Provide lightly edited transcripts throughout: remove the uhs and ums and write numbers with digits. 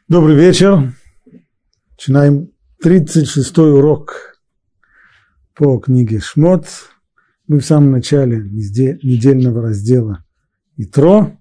Добрый вечер. Начинаем 36-й урок по книге Шмот. Мы в самом начале недельного раздела Итро.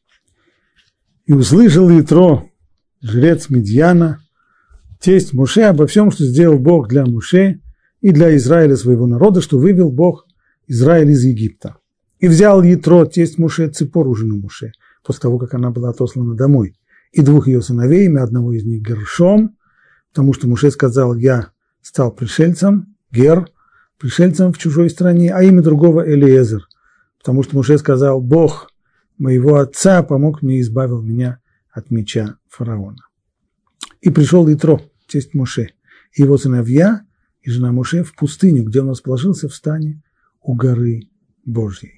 И услышал Итро, жрец Мидьяна, тесть Моше, обо всем, что сделал Бог для Моше и для Израиля своего народа, что вывел Бог Израиль из Египта. И взял Итро, тесть Моше, Ципору, жену Моше, после того, как она была отослана домой, и двух ее сыновей, имя одного из них Гершом, потому что Моше сказал: я стал пришельцем, Гер, пришельцем в чужой стране, а имя другого Элиезер, потому что Моше сказал: Бог моего отца помог мне и избавил меня от меча фараона. И пришел Итро, тесть Моше, и его сыновья, и жена Моше в пустыню, где он расположился в стане у горы Божьей.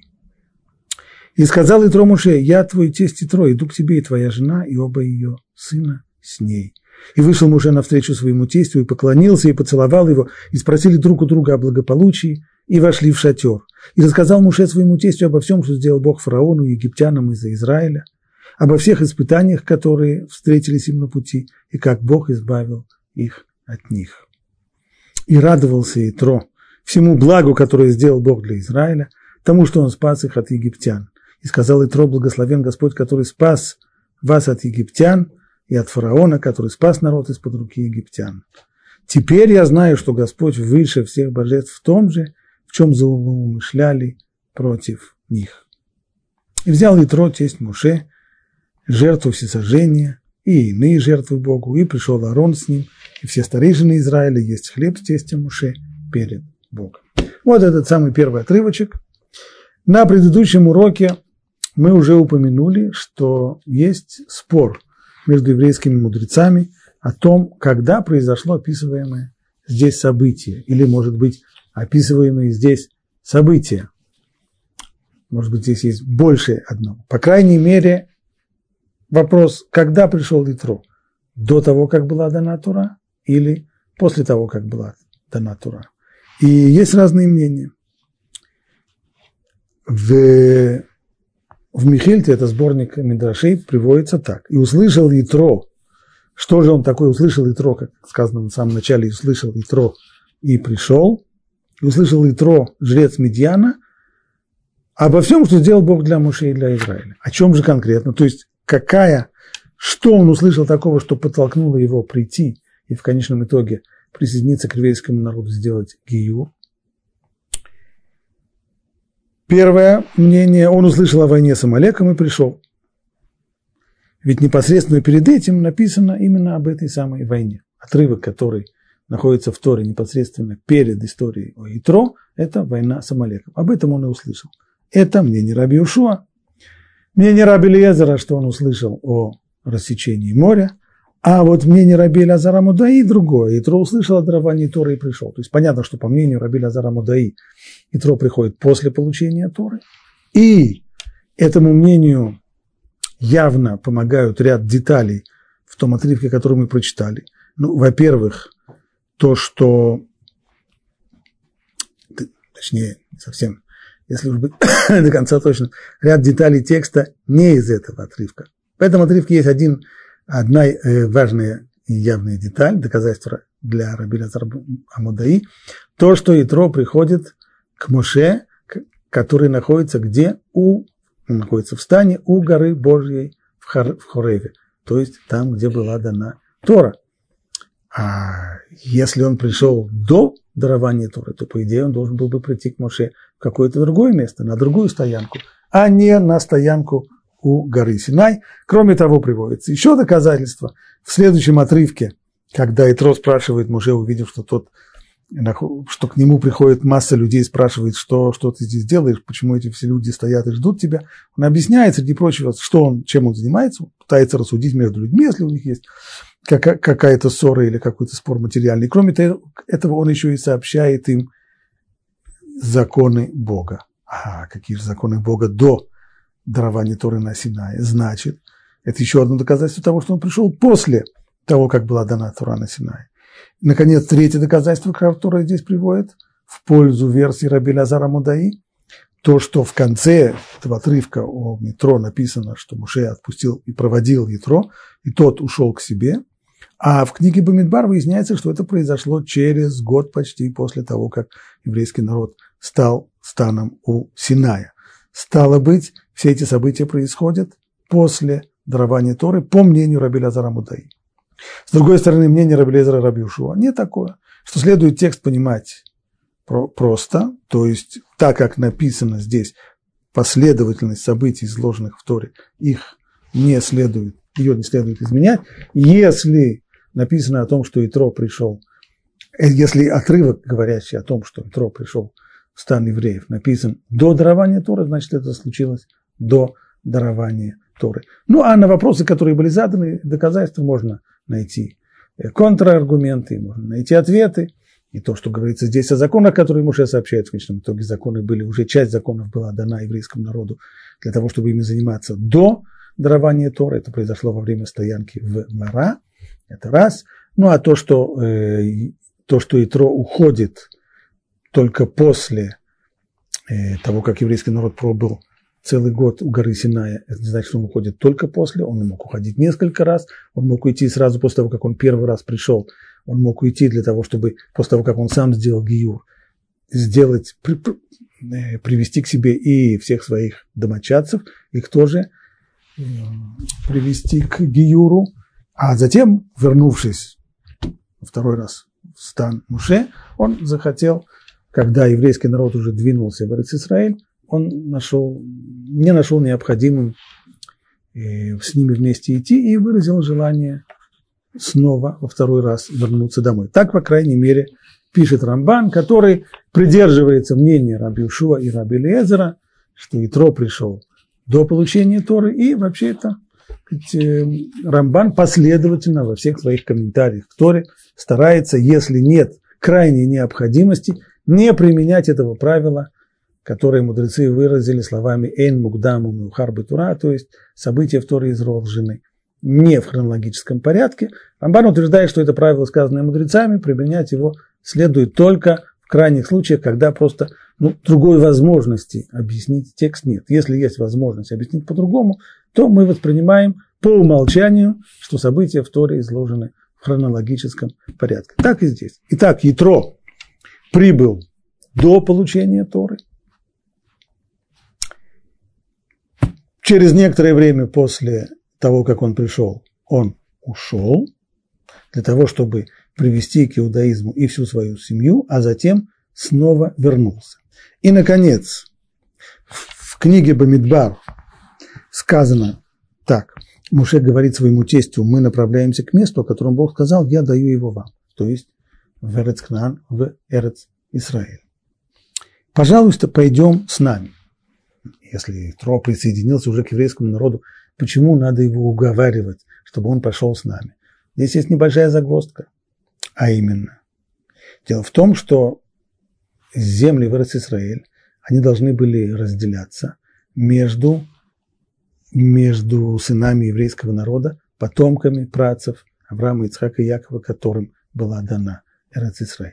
И сказал Итро Моше: я твой тесть Итро, иду к тебе, и твоя жена, и оба ее сына с ней. И вышел Моше навстречу своему тестю, и поклонился, и поцеловал его, и спросили друг у друга о благополучии, и вошли в шатер. И рассказал Моше своему тестю обо всем, что сделал Бог фараону и египтянам из-за Израиля, обо всех испытаниях, которые встретились им на пути, и как Бог избавил их от них. И радовался Итро всему благу, которое сделал Бог для Израиля, тому, что он спас их от египтян. И сказал Итро: благословен Господь, который спас вас от египтян, и от фараона, который спас народ из-под руки египтян. Теперь я знаю, что Господь выше всех божеств в том же, в чем злоумышляли против них. И взял Итро, тесть Моше, жертву всесожжения и иные жертвы Богу, и пришел Аарон с ним, и все старейшины Израиля есть хлеб с тестем Моше перед Богом. Вот этот самый первый отрывочек. На предыдущем уроке мы уже упомянули, что есть спор между еврейскими мудрецами о том, когда произошло описываемое здесь событие, или, может быть, описываемые здесь события. Может быть, здесь есть больше одного. По крайней мере, вопрос: когда пришел Итро? До того, как была дана Тора, или после того, как была дана Тора? И есть разные мнения. В Михильте, это сборник Мидрашей, приводится так. И услышал Итро. Что же он такое услышал Итро, как сказано на самом начале, и услышал Итро и пришел. И услышал Итро, жрец Мидьяна, обо всем, что сделал Бог для Моше и для Израиля. О чем же конкретно? То есть, что он услышал такого, что подтолкнуло его прийти и в конечном итоге присоединиться к еврейскому народу, сделать гиюр. Первое мнение: он услышал о войне с Амалеком и пришел. Ведь непосредственно перед этим написано именно об этой самой войне. Отрывок, который находится в Торе непосредственно перед историей о Итро, это война с Амалеком. Об этом он и услышал. Это мнение раби Йошуа. Мнение раби Элиезера, что он услышал о рассечении моря. А вот мнение раби Элиазара Мудаи другое. Итро услышал о даровании Торы и пришел. То есть понятно, что по мнению раби Элиазара Мудаи Итро приходит после получения Торы. И этому мнению явно помогают ряд деталей в том отрывке, который мы прочитали. Ну, во-первых, то, что, точнее, не совсем, если уж быть до конца точно, ряд деталей текста не из этого отрывка. В этом отрывке есть одна важная и явная деталь, доказательство для раби Элиазара Мудаи, то, что Итро приходит к Моше, который находится где? Он находится в стане у горы Божьей в Хореве, то есть там, где была дана Тора. А если он пришел до дарования Торы, то, по идее, он должен был бы прийти к Моше в какое-то другое место, на другую стоянку, а не на стоянку у горы Синай. Кроме того, приводится еще доказательство в следующем отрывке, когда Итро спрашивает Моше, увидев, что к нему приходит масса людей, спрашивает, что ты здесь делаешь, почему эти все люди стоят и ждут тебя. Он объясняет, среди прочего, чем он занимается, пытается рассудить между людьми, если у них есть какая-то ссора или какой-то спор материальный. Кроме этого, он еще и сообщает им законы Бога. А какие же законы Бога до дарования Торы на Синае? Значит, это еще одно доказательство того, что он пришел после того, как была дана Тора на Синае. Наконец, третье доказательство, которое здесь приводит в пользу версии раби Элиазара Мудаи, то, что в конце этого отрывка о Ятро написано, что Моше отпустил и проводил Ятро, и тот ушел к себе, а в книге Бамидбар выясняется, что это произошло через год почти после того, как еврейский народ стал станом у Синая. Стало быть, все эти события происходят после дарования Торы, по мнению Раби Элиэзера Амудаи. С другой стороны, мнение Раби Элиэзера Раби Йошуа не такое, что следует текст понимать просто, то есть так, как написано здесь, последовательность событий, изложенных в Торе, ее не следует изменять. Если написано о том, что Ятро пришел, если отрывок, говорящий о том, что Ятро пришел в стан евреев, написан до дарования Торы, значит, это случилось до дарования Торы. Ну, а на вопросы, которые были заданы, доказательства можно найти контраргументы, можно найти ответы. И то, что говорится здесь о законах, которые Моше сообщает, в конечном итоге законы были, уже часть законов была дана еврейскому народу для того, чтобы ими заниматься до дарования Торы. Это произошло во время стоянки в Мара. Это раз. Ну, а то, что Ятро уходит только после того, как еврейский народ пробыл целый год у горы Синая, это не значит, что он уходит только после, он мог уходить несколько раз, он мог уйти сразу после того, как он первый раз пришел, он мог уйти для того, чтобы после того, как он сам сделал гиюр, привести к себе и всех своих домочадцев, их тоже привести к гиюру, а затем, вернувшись второй раз в стан Моше, он захотел, когда еврейский народ уже двинулся в Эрец-Исраэль, он не нашел необходимым с ними вместе идти и выразил желание снова во второй раз вернуться домой. Так, по крайней мере, пишет Рамбан, который придерживается мнения Раби Йошуа и Раби Элиэзера, что Ятро пришел до получения Торы, и вообще это Рамбан последовательно во всех своих комментариях к Торе старается, если нет крайней необходимости, не применять этого правила, которые мудрецы выразили словами «эйн мукдаму меухар бетура», то есть события в Торе изложены не в хронологическом порядке. Рамбан утверждает, что это правило, сказанное мудрецами, применять его следует только в крайних случаях, когда просто другой возможности объяснить текст нет. Если есть возможность объяснить по-другому, то мы воспринимаем по умолчанию, что события в Торе изложены в хронологическом порядке. Так и здесь. Итак, Ятро прибыл до получения Торы. Через некоторое время после того, как он пришел, он ушел для того, чтобы привести к иудаизму и всю свою семью, а затем снова вернулся. И, наконец, в книге Бамидбар сказано так. Моше говорит своему тестю: мы направляемся к месту, о котором Бог сказал, я даю его вам. То есть в Эрец-Кнаан, в Эрец-Исраэль. Пожалуйста, пойдем с нами. Если Ятро присоединился уже к еврейскому народу, почему надо его уговаривать, чтобы он пошел с нами? Здесь есть небольшая загвоздка. А именно, дело в том, что земли в Эрец-Исраэль, они должны были разделяться между сынами еврейского народа, потомками праотцев Авраама, Ицхака и Якова, которым была дана Эрец-Исраэль.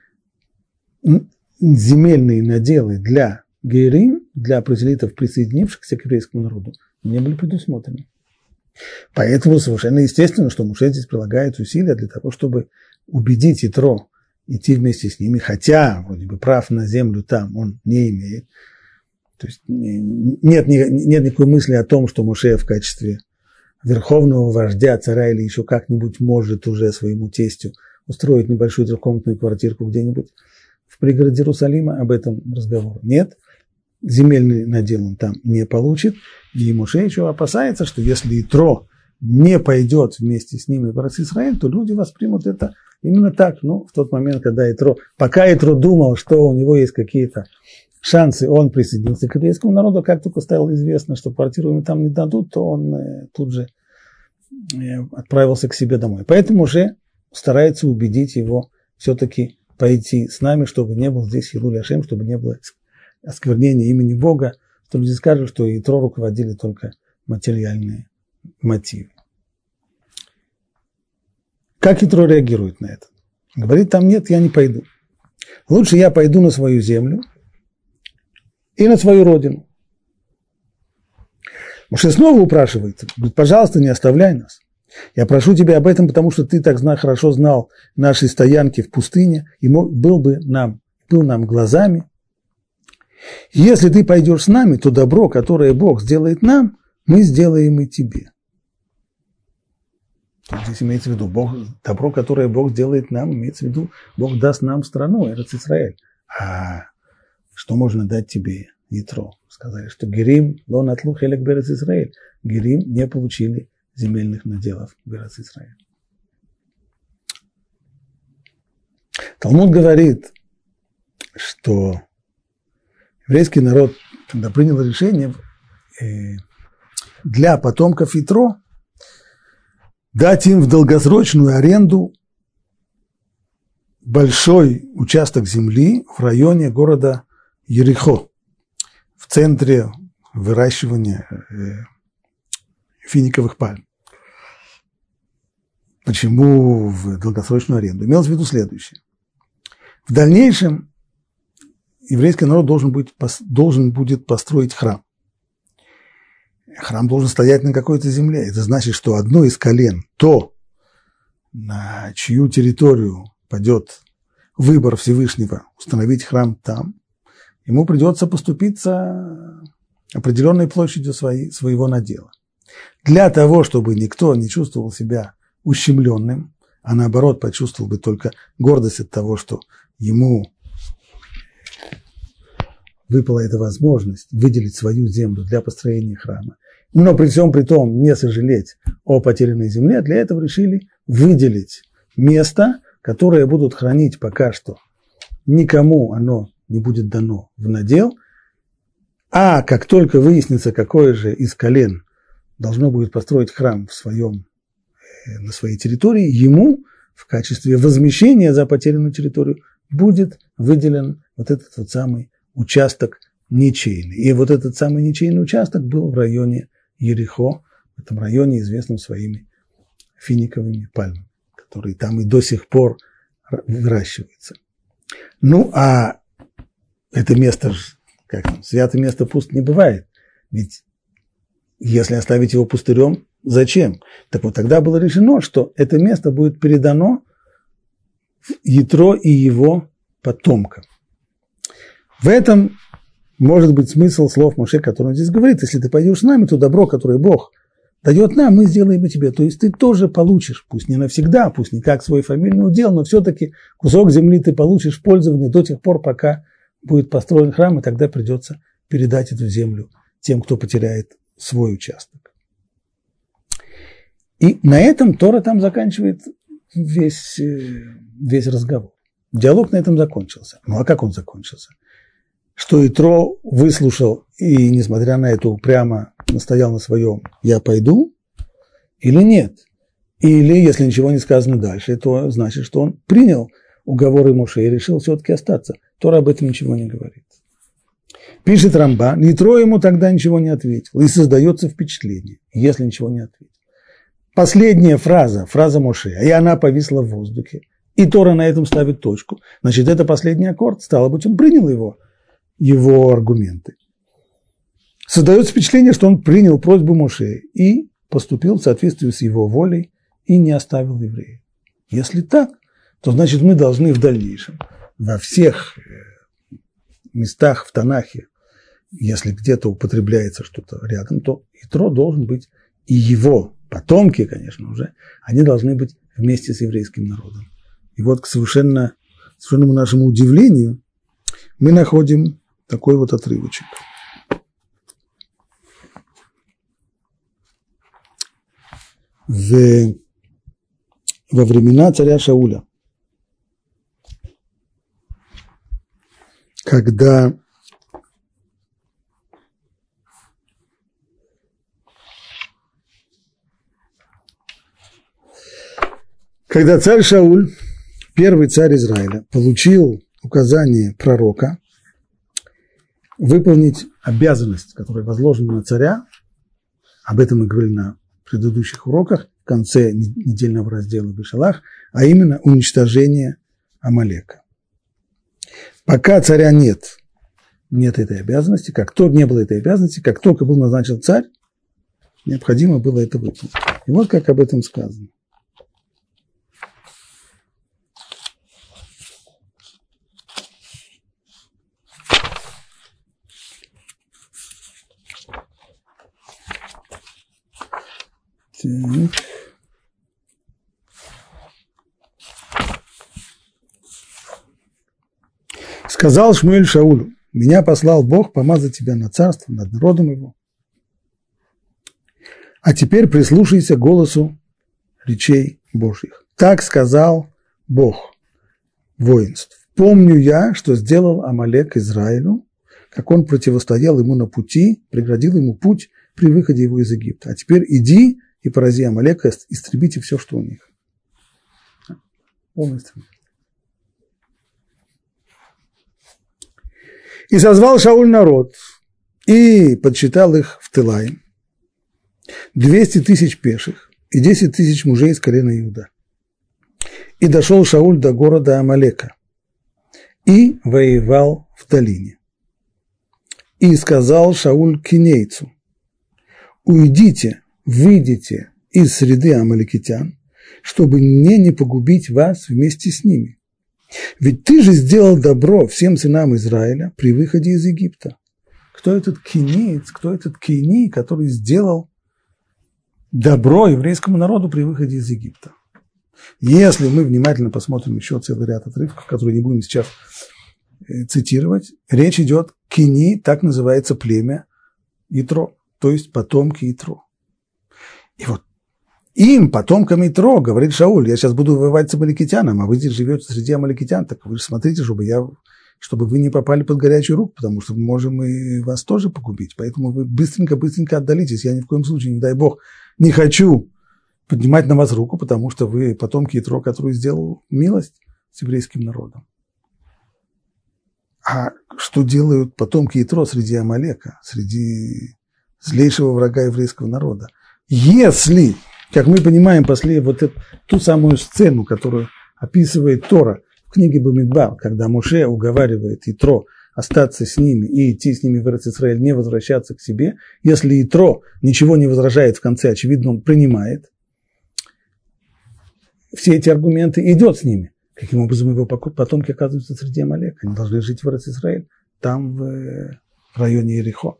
Земельные наделы для гейрим, для прозелитов, присоединившихся к еврейскому народу, не были предусмотрены. Поэтому совершенно естественно, что Моше здесь прилагает усилия для того, чтобы убедить Ятро идти вместе с ними, хотя вроде бы прав на землю там он не имеет. То есть нет никакой мысли о том, что Моше в качестве верховного вождя, царя или еще как-нибудь может уже своему тестю устроить небольшую трехкомнатную квартирку где-нибудь в пригороде Иерусалима. Об этом разговора нет. Земельный надел он там не получит. И Моше еще опасается, что если Ятро не пойдет вместе с ними в Эрец-Исраэль, то люди воспримут это именно так. В тот момент, когда пока Ятро думал, что у него есть какие-то шансы, он присоединился к еврейскому народу, как только стало известно, что квартиру ему там не дадут, то он тут же отправился к себе домой. Поэтому уже старается убедить его все-таки пойти с нами, чтобы не было здесь хилуль ашем, чтобы не было осквернения имени Бога, что люди скажут, что Ятро руководили только материальные мотивы. Как Ятро реагирует на это? Говорит, там нет, я не пойду. Лучше я пойду на свою землю и на свою родину. Моше снова упрашивает, говорит, пожалуйста, не оставляй нас. Я прошу тебя об этом, потому что ты так хорошо знал наши стоянки в пустыне и был нам глазами. Если ты пойдешь с нами, то добро, которое Бог сделает нам, мы сделаем и тебе. Здесь имеется в виду, добро, которое Бог сделает нам, имеется в виду, Бог даст нам страну, Эрец Исраэль. А что можно дать тебе, Итро? Сказали, что Герим ло натлу хелек берец Исраэль. Герим не получили земельных наделов берец Исраэль. Талмуд говорит, что еврейский народ, когда принял решение для потомков Итро дать им в долгосрочную аренду большой участок земли в районе города Ерихо, в центре выращивания финиковых пальм. Почему в долгосрочную аренду? Имелось в виду следующее. В дальнейшем еврейский народ должен будет построить храм. Храм должен стоять на какой-то земле. Это значит, что одно из колен, то, на чью территорию падет выбор Всевышнего установить храм там, ему придется поступиться определенной площадью своего надела. Для того, чтобы никто не чувствовал себя ущемленным, а наоборот почувствовал бы только гордость от того, что ему выпала эта возможность выделить свою землю для построения храма, но при всем при том не сожалеть о потерянной земле, для этого решили выделить место, которое будут хранить пока что. Никому оно не будет дано в надел, а как только выяснится, какое же из колен должно будет построить храм на своей территории, ему в качестве возмещения за потерянную территорию будет выделен вот этот вот самый участок ничейный. И вот этот самый ничейный участок был в районе Ерихо, в этом районе, известном своими финиковыми пальмами, которые там и до сих пор выращиваются. Ну, а это место, святое место пуст не бывает. Ведь если оставить его пустырем, зачем? Так вот тогда было решено, что это место будет передано Итро и его потомкам. В этом может быть смысл слов Моше, который он здесь говорит. Если ты пойдешь с нами, то добро, которое Бог дает нам, мы сделаем и тебе. То есть ты тоже получишь, пусть не навсегда, пусть не как свой фамильный удел, но все-таки кусок земли ты получишь в пользование до тех пор, пока будет построен храм, и тогда придется передать эту землю тем, кто потеряет свой участок. И на этом Тора там заканчивает весь разговор. Диалог на этом закончился. Ну а как он закончился? Что Итро выслушал и, несмотря на это, упрямо настоял на своем «я пойду» или нет? Или, если ничего не сказано дальше, то значит, что он принял уговоры Моше и решил все-таки остаться. Тора об этом ничего не говорит. Пишет Рамбан, Итро ему тогда ничего не ответил. И создается впечатление, если ничего не ответил. Последняя фраза Моше, и она повисла в воздухе. И Тора на этом ставит точку. Значит, это последний аккорд. Стало быть, он принял его аргументы. Создается впечатление, что он принял просьбу Моше и поступил в соответствии с его волей и не оставил евреев. Если так, то значит мы должны в дальнейшем во всех местах в Танахе, если где-то употребляется что-то рядом, то Итро должен быть, и его потомки, конечно уже, они должны быть вместе с еврейским народом. И вот к совершенному нашему удивлению мы находим такой вот отрывочек. Во времена царя Шауля, когда царь Шауль, первый царь Израиля, получил указание пророка выполнить обязанность, которая возложена на царя, об этом мы говорили на предыдущих уроках, в конце недельного раздела Бешалах, а именно уничтожение Амалека. Пока царя нет нет этой обязанности, не было этой обязанности, как только был назначен царь, необходимо было это выполнить. И вот как об этом сказано. Так. Сказал Шмуэль Шаулю: меня послал Бог помазать тебя на царство над народом его. А теперь прислушайся к голосу речей Божьих. Так сказал Бог воинств. Помню я, что сделал Амалек Израилю, как он противостоял ему на пути, преградил ему путь при выходе его из Египта. А теперь иди и порази Амалека, истребите все, что у них. Полностью. И созвал Шауль народ, и подсчитал их в Телаим, 200 тысяч пеших и 10 тысяч мужей из колена Иуда. И дошел Шауль до города Амалека, и воевал в долине. И сказал Шауль кинейцу: уйдите, выйдите из среды амаликитян, чтобы мне не погубить вас вместе с ними. Ведь ты же сделал добро всем сынам Израиля при выходе из Египта. Кто этот кинеец, кто этот кини, который сделал добро еврейскому народу при выходе из Египта? Если мы внимательно посмотрим еще целый ряд отрывков, которые не будем сейчас цитировать, речь идет кини, так называется племя Итро, то есть потомки Итро. И вот им, потомкам Итро, говорит Шауль: я сейчас буду воевать с амаликитяном, а вы здесь живете среди амаликитян, так вы же смотрите, чтобы вы не попали под горячую руку, потому что мы можем и вас тоже погубить. Поэтому вы быстренько отдалитесь. Я ни в коем случае, не дай Бог, не хочу поднимать на вас руку, потому что вы потомки Итро, который сделал милость с еврейским народом. А что делают потомки Итро среди Амалека, среди злейшего врага еврейского народа? Если, как мы понимаем, после вот ту самую сцену, которую описывает Тора в книге Бамидбар, когда Моше уговаривает Итро остаться с ними и идти с ними в Эрец-Исраэль, не возвращаться к себе, если Итро ничего не возражает в конце, очевидно, он принимает все эти аргументы и идет с ними. Каким образом его потомки оказываются среди Амалека? Они должны жить в Эрец-Исраэль, там в районе Ерихо.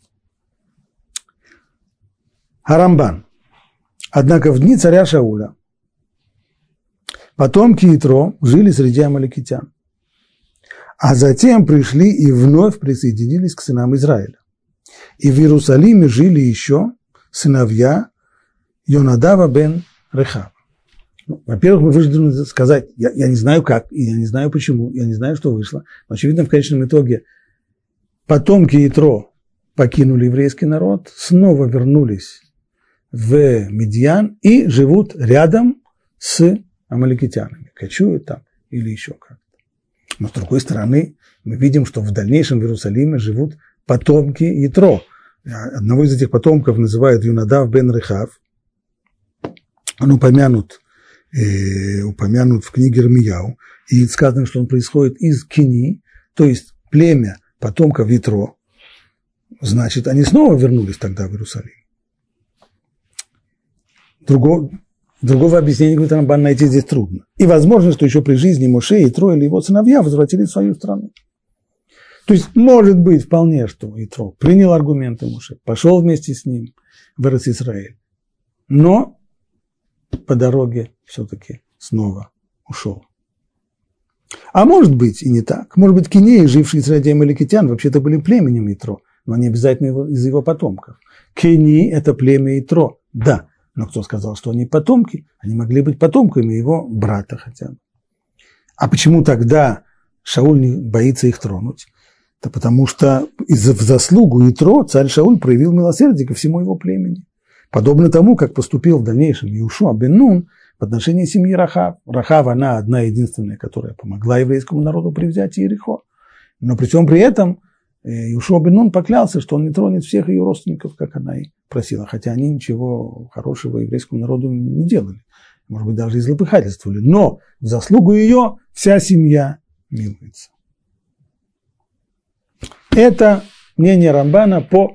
Арамбан. Однако в дни царя Шауля потомки Итро жили среди амаликитян, а затем пришли и вновь присоединились к сынам Израиля. И в Иерусалиме жили еще сыновья Йонадава бен Рехав. Во-первых, мы вынуждены сказать, я не знаю как, и я не знаю почему, я не знаю, что вышло, но, очевидно, в конечном итоге потомки Итро покинули еврейский народ, снова вернулись в Медьян и живут рядом с амаликитянами, кочуют там или еще как-то. Но с другой стороны, мы видим, что в дальнейшем в Иерусалиме живут потомки Итро. Одного из этих потомков называют Йонадав бен Рехав. Он упомянут в книге Ирмияу, и сказано, что он происходит из Кини, то есть племя потомков Итро. Значит, они снова вернулись тогда в Иерусалим. Другого объяснения, говорит Рамбан, найти здесь трудно. И возможно, что еще при жизни Моше, Итро или его сыновья возвратились в свою страну. То есть, может быть вполне, что Итро принял аргументы Моше, пошел вместе с ним в Эрец-Исраэль, но по дороге все-таки снова ушел. А может быть и не так. Может быть, кинеи, жившие среди амаликитян, вообще-то были племенем Итро, но они обязательно из его потомков. Кени – это племя Итро, да. Но кто сказал, что они потомки? Они могли быть потомками его брата хотя бы. А почему тогда Шауль не боится их тронуть? Это потому что в заслугу Итро царь Шауль проявил милосердие ко всему его племени. Подобно тому, как поступил в дальнейшем Иошуа бен Нун в отношении семьи Рахав. Рахав, она одна единственная, которая помогла еврейскому народу при взятии Иерихо. Но при всем при этом Иошуа бен Нун поклялся, что он не тронет всех ее родственников, как она и просила, хотя они ничего хорошего еврейскому народу не делали, может быть, даже и злопыхательствовали, но в заслугу ее вся семья милуется. Это мнение Рамбана по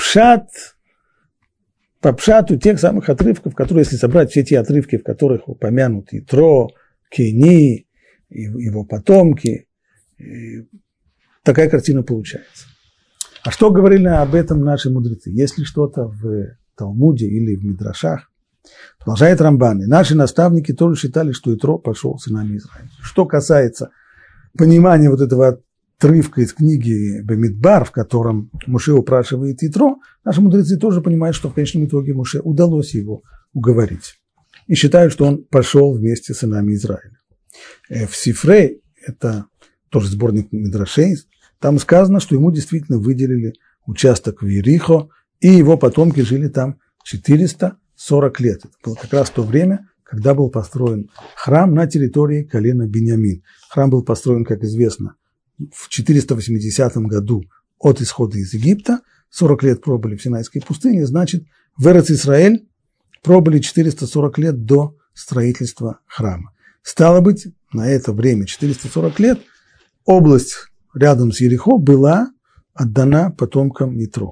пшату тех самых отрывков, которые, если собрать все те отрывки, в которых упомянут Итро, Кени, его потомки, такая картина получается. А что говорили об этом наши мудрецы? Есть ли что-то в Талмуде или в Мидрашах? Продолжает Рамбан. И наши наставники тоже считали, что Итро пошел сынами Израиля. Что касается понимания вот этого отрывка из книги Бамидбар, в котором Моше упрашивает Итро, наши мудрецы тоже понимают, что в конечном итоге Моше удалось его уговорить. И считают, что он пошел вместе с сынами Израиля. В Сифре, это тоже сборник Мидрашей, там сказано, что ему действительно выделили участок в Иерихо, и его потомки жили там 440 лет. Это было как раз то время, когда был построен храм на территории колена Биньямин. Храм был построен, как известно, в 480 году от исхода из Египта. 40 лет пробыли в Синайской пустыне, значит, в Эрец-Исраэль пробыли 440 лет до строительства храма. Стало быть, на это время, 440 лет, область рядом с Иерихо была отдана потомкам Итро.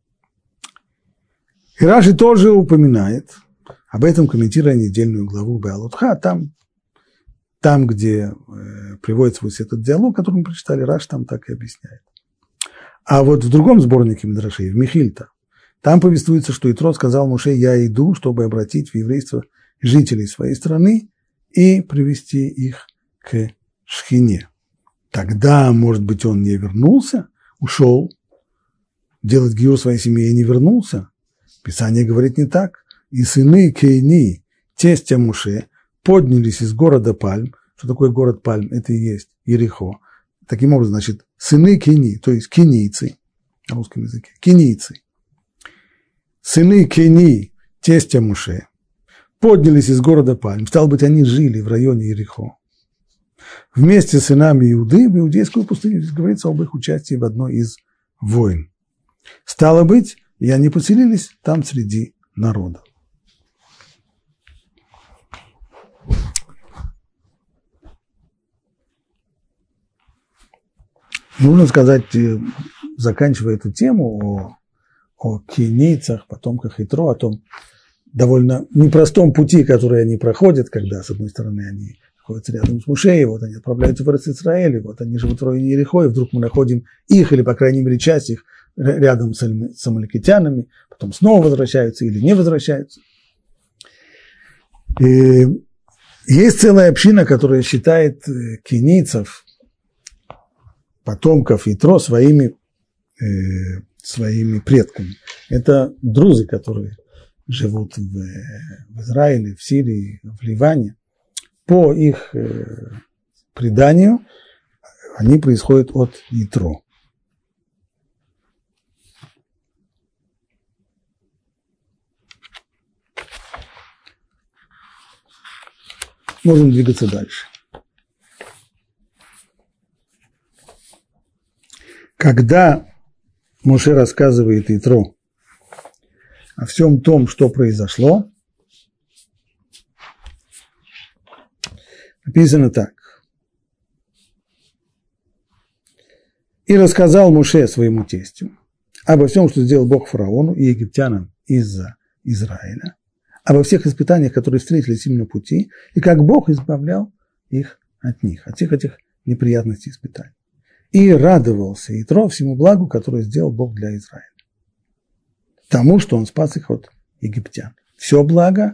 И Раши тоже упоминает об этом, комментируя недельную главу Беалотха, там, где приводится вот этот диалог, который мы прочитали, Раши там так и объясняет. А вот в другом сборнике Мидрашей, в Михильта, там повествуется, что Итро сказал Моше: «Я иду, чтобы обратить в еврейство жителей своей страны и привести их к Шхине». Тогда, может быть, он не вернулся, ушел делать гиур своей семье и не вернулся. Писание говорит не так. «И сыны Кейни, тестя Моше, поднялись из города Пальм». Что такое город Пальм? Это и есть Иерихо. Таким образом, значит, сыны Кени, то есть кенийцы, на русском языке, кенийцы. Сыны Кени, тестя Моше, поднялись из города Пальм. Стало быть, они жили в районе Иерихо. Вместе с сынами Иуды в иудейскую пустыню. Здесь говорится об их участии в одной из войн. Стало быть, и они поселились там среди народа. Нужно сказать, заканчивая эту тему о кенийцах, потомках Итро, о том довольно непростом пути, который они проходят, когда, с одной стороны, они находятся рядом с Моше, вот они отправляются в Эрец-Исраэль, вот они живут в районе Иерихо, и вдруг мы находим их, или, по крайней мере, часть их рядом с амаликитянами, потом снова возвращаются или не возвращаются. И есть целая община, которая считает кенийцев, потомков Итро, своими предками. Это друзы, которые живут в Израиле, в Сирии, в Ливане. По их преданию они происходят от Итро. Можем двигаться дальше. Когда Моше рассказывает Итро о всем том, что произошло, написано так. «И рассказал Моше своему тестю обо всем, что сделал Бог фараону и египтянам из-за Израиля, обо всех испытаниях, которые встретились им на пути, и как Бог избавлял их от них, от всех этих неприятностей и испытаний. И радовался Итро всему благу, которое сделал Бог для Израиля. Тому, что он спас их от египтян. Все благо,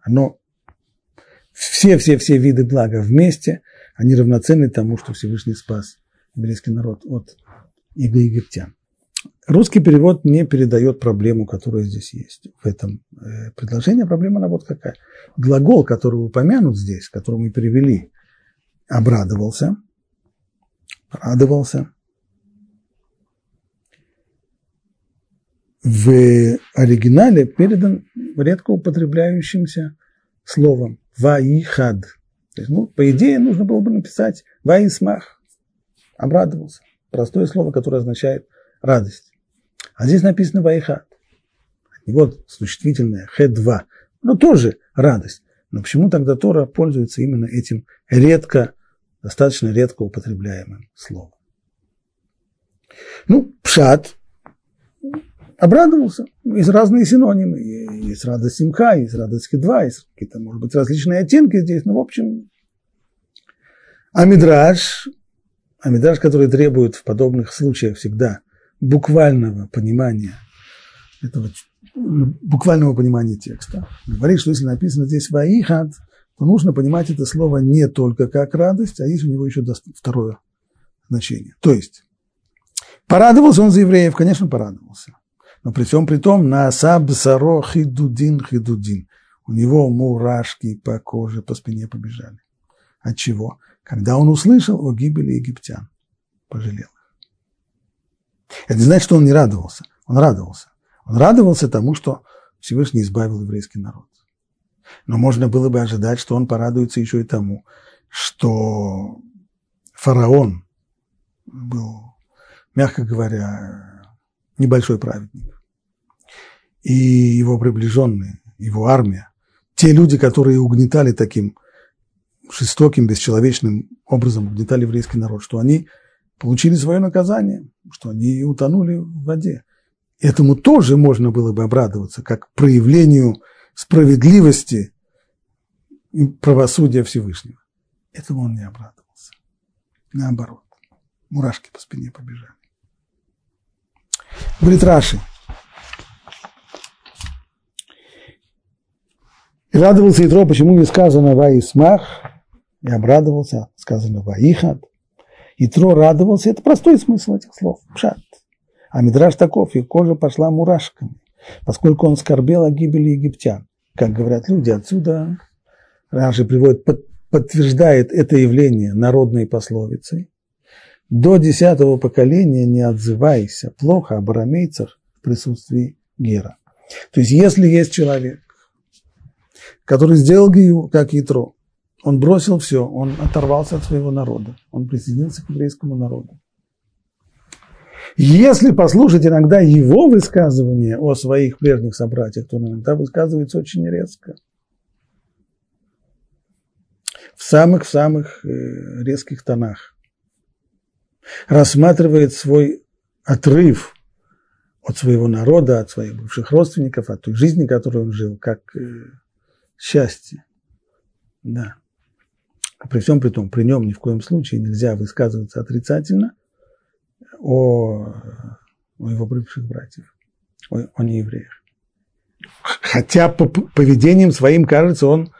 все виды блага вместе, они равноценны тому, что Всевышний спас еврейский народ от египтян. Русский перевод не передает проблему, которая здесь есть в этом предложении. Проблема она вот какая. Глагол, который упомянут здесь, который мы перевели, обрадовался, радовался. В оригинале передан редко употребляющимся словом «ваихад». То есть, по идее, нужно было бы написать «ваисмах», обрадовался. Простое слово, которое означает радость. А здесь написано «ваихад». От него существительное «хэ-2». Тоже радость. Но почему тогда Тора пользуется именно этим достаточно редко употребляемым словом? Ну, пшат обрадовался. Есть разные синонимы. Есть радость симха, есть радость хедва, есть какие-то, может быть, различные оттенки здесь. Но, в общем, мидраш, который требует в подобных случаях всегда буквального понимания текста, говорит, что если написано здесь «ваихат», то нужно понимать это слово не только как радость, а есть у него еще второе значение. То есть, порадовался он за евреев, конечно, порадовался. Но при всем при том, наасаб саро хидудин. У него мурашки по коже, по спине побежали. От чего? Когда он услышал о гибели египтян, пожалел их. Это не значит, что он не радовался. Он радовался. Он радовался тому, что Всевышний избавил еврейский народ. Но можно было бы ожидать, что он порадуется еще и тому, что фараон был, мягко говоря, небольшой праведник. И его приближенные, его армия, те люди, которые угнетали таким жестоким, бесчеловечным образом, угнетали еврейский народ, что они получили свое наказание, что они утонули в воде. Этому тоже можно было бы обрадоваться, как проявлению справедливости и правосудия Всевышнего. Этому он не обрадовался. Наоборот, мурашки по спине побежали. Говорит Раши. И радовался Итро, почему не сказано «ваисмах», и обрадовался, сказано «ваихат». Итро радовался, это простой смысл этих слов, пшат. А мидраш таков, и кожа пошла мурашками, поскольку он скорбел о гибели египтян. Как говорят люди, отсюда Раши приводит, подтверждает это явление народной пословицей. До 10-го поколения не отзывайся плохо об арамейцах в присутствии Гера. То есть, если есть человек, который сделал гию, как Итро, он бросил все, он оторвался от своего народа, он присоединился к еврейскому народу. Если послушать иногда его высказывания о своих прежних собратьях, то он иногда высказывается очень резко. В самых резких тонах. Рассматривает свой отрыв от своего народа, от своих бывших родственников, от той жизни, которой он жил, как счастье. Да. При всем при том, при нем ни в коем случае нельзя высказываться отрицательно о его бывших братьев, о неевреях. Хотя по поведением своим, кажется, он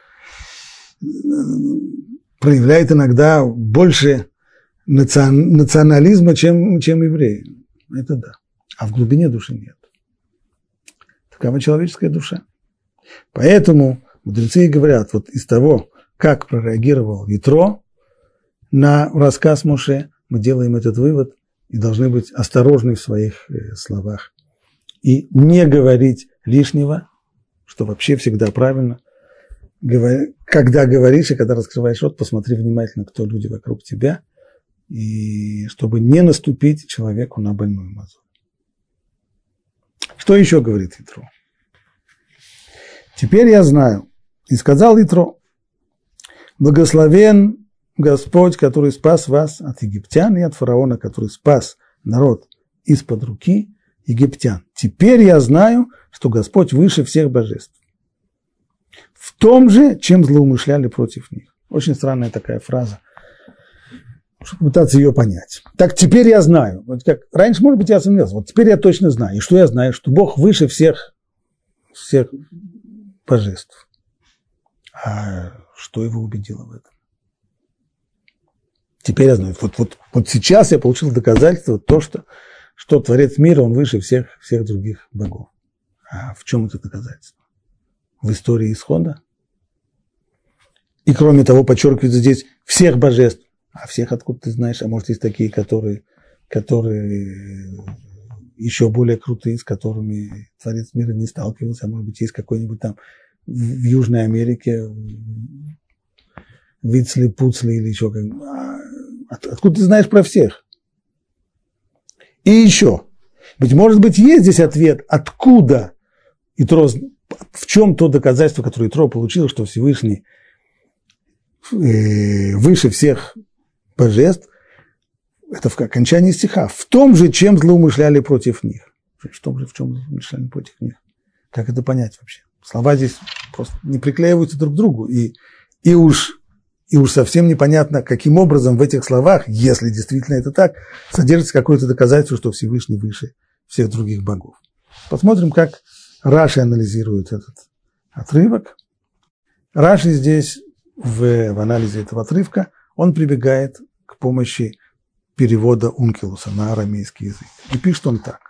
проявляет иногда больше национализма, чем евреи. Это да. А в глубине души нет. Такова человеческая душа. Поэтому мудрецы говорят, вот из того, как прореагировал Итро на рассказ Моше, мы делаем этот вывод и должны быть осторожны в своих словах. И не говорить лишнего, что вообще всегда правильно. Когда говоришь и когда раскрываешь рот, посмотри внимательно, кто люди вокруг тебя, и чтобы не наступить человеку на больную мозоль. Что еще говорит Итро? Теперь я знаю, и сказал Итро, благословен Господь, который спас вас от египтян и от фараона, который спас народ из-под руки египтян. Теперь я знаю, что Господь выше всех божеств. В том же, чем злоумышляли против них. Очень странная такая фраза, чтобы пытаться ее понять. Так теперь я знаю. Вот как, раньше, может быть, я сомневался. Вот теперь я точно знаю. И что я знаю? Что Бог выше всех божеств. А что его убедило в этом? Теперь я знаю. Вот сейчас я получил доказательство, что Творец мира, он выше всех других богов. А в чем это доказательство? В истории исхода. И кроме того, подчеркивается здесь всех божеств. А всех откуда ты знаешь? А может, есть такие, которые еще более крутые, с которыми Творец мира не сталкивался. А может быть, есть какой-нибудь там в Южной Америке Вицли-Пуцли или еще как. Откуда ты знаешь про всех? И еще. Быть может быть, есть здесь ответ, откуда Итро, в чем то доказательство, которое Итро получил, что Всевышний выше всех божеств, это в окончании стиха, в том же, чем злоумышляли против них. В том же, в чем злоумышляли против них. Как это понять вообще? Слова здесь просто не приклеиваются друг к другу, и уж совсем непонятно, каким образом в этих словах, если действительно это так, содержится какое-то доказательство, что Всевышний выше всех других богов. Посмотрим, как Раши анализирует этот отрывок. Раши здесь в анализе этого отрывка, он прибегает к помощи перевода Ункилуса на арамейский язык. И пишет он так.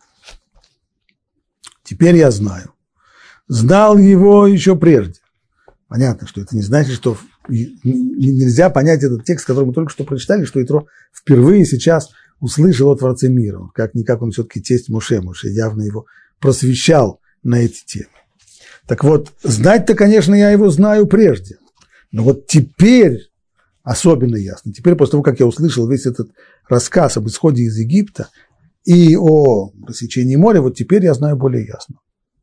Теперь я знал его еще прежде. Понятно, что это не значит, что нельзя понять этот текст, который мы только что прочитали, что Итро впервые сейчас услышал о Творце мира. Как-никак он все-таки тесть Моше явно его просвещал на эти темы. Так вот, знать-то, конечно, я его знаю прежде. Но вот теперь особенно ясно. Теперь, после того, как я услышал весь этот рассказ об исходе из Египта и о рассечении моря, вот теперь я знаю более ясно.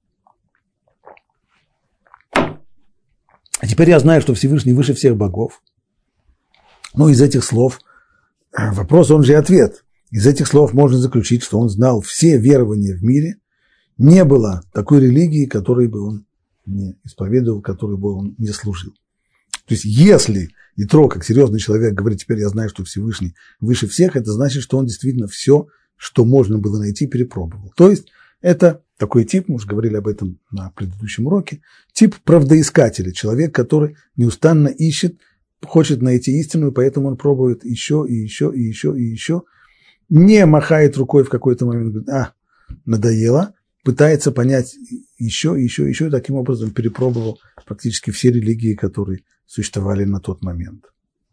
А теперь я знаю, что Всевышний выше всех богов. Ну, из этих слов, вопрос, он же и ответ. Из этих слов можно заключить, что он знал все верования в мире. Не было такой религии, которой бы он не исповедовал, которой бы он не служил. То есть, если Итро, как серьезный человек, говорит, теперь я знаю, что Всевышний выше всех, это значит, что он действительно все, что можно было найти, перепробовал. То есть, это такой тип, мы уже говорили об этом на предыдущем уроке, тип правдоискателя, человек, который неустанно ищет, хочет найти истину, и поэтому он пробует еще, и еще, и еще, и еще, не махает рукой в какой-то момент, говорит, надоело, пытается понять еще, и еще, и еще, и таким образом перепробовал практически все религии, которые существовали на тот момент.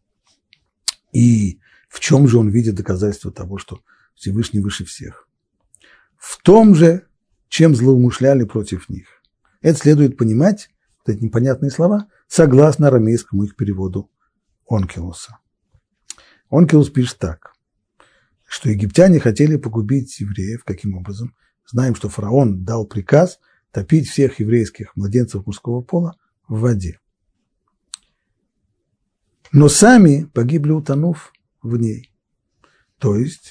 И в чем же он видит доказательство того, что Всевышний выше всех? В том же, чем злоумышляли против них. Это следует понимать, вот эти непонятные слова, согласно арамейскому их переводу Онкилуса. Онкилус пишет так, что египтяне хотели погубить евреев. Каким образом? Знаем, что фараон дал приказ топить всех еврейских младенцев мужского пола в воде. Но сами погибли, утонув в ней. То есть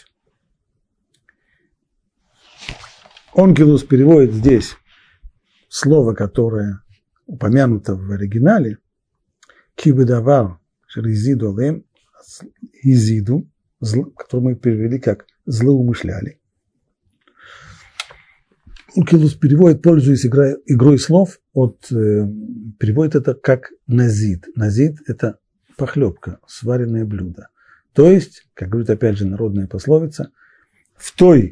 Онкилус переводит здесь слово, которое упомянуто в оригинале, кибедавар шеризиду алем, изиду, которое мы перевели как злоумышляли. Онкилус переводит, пользуясь игрой слов, переводит это как назид. Назид – это похлебка, сваренное блюдо. То есть, как говорит опять же народная пословица, в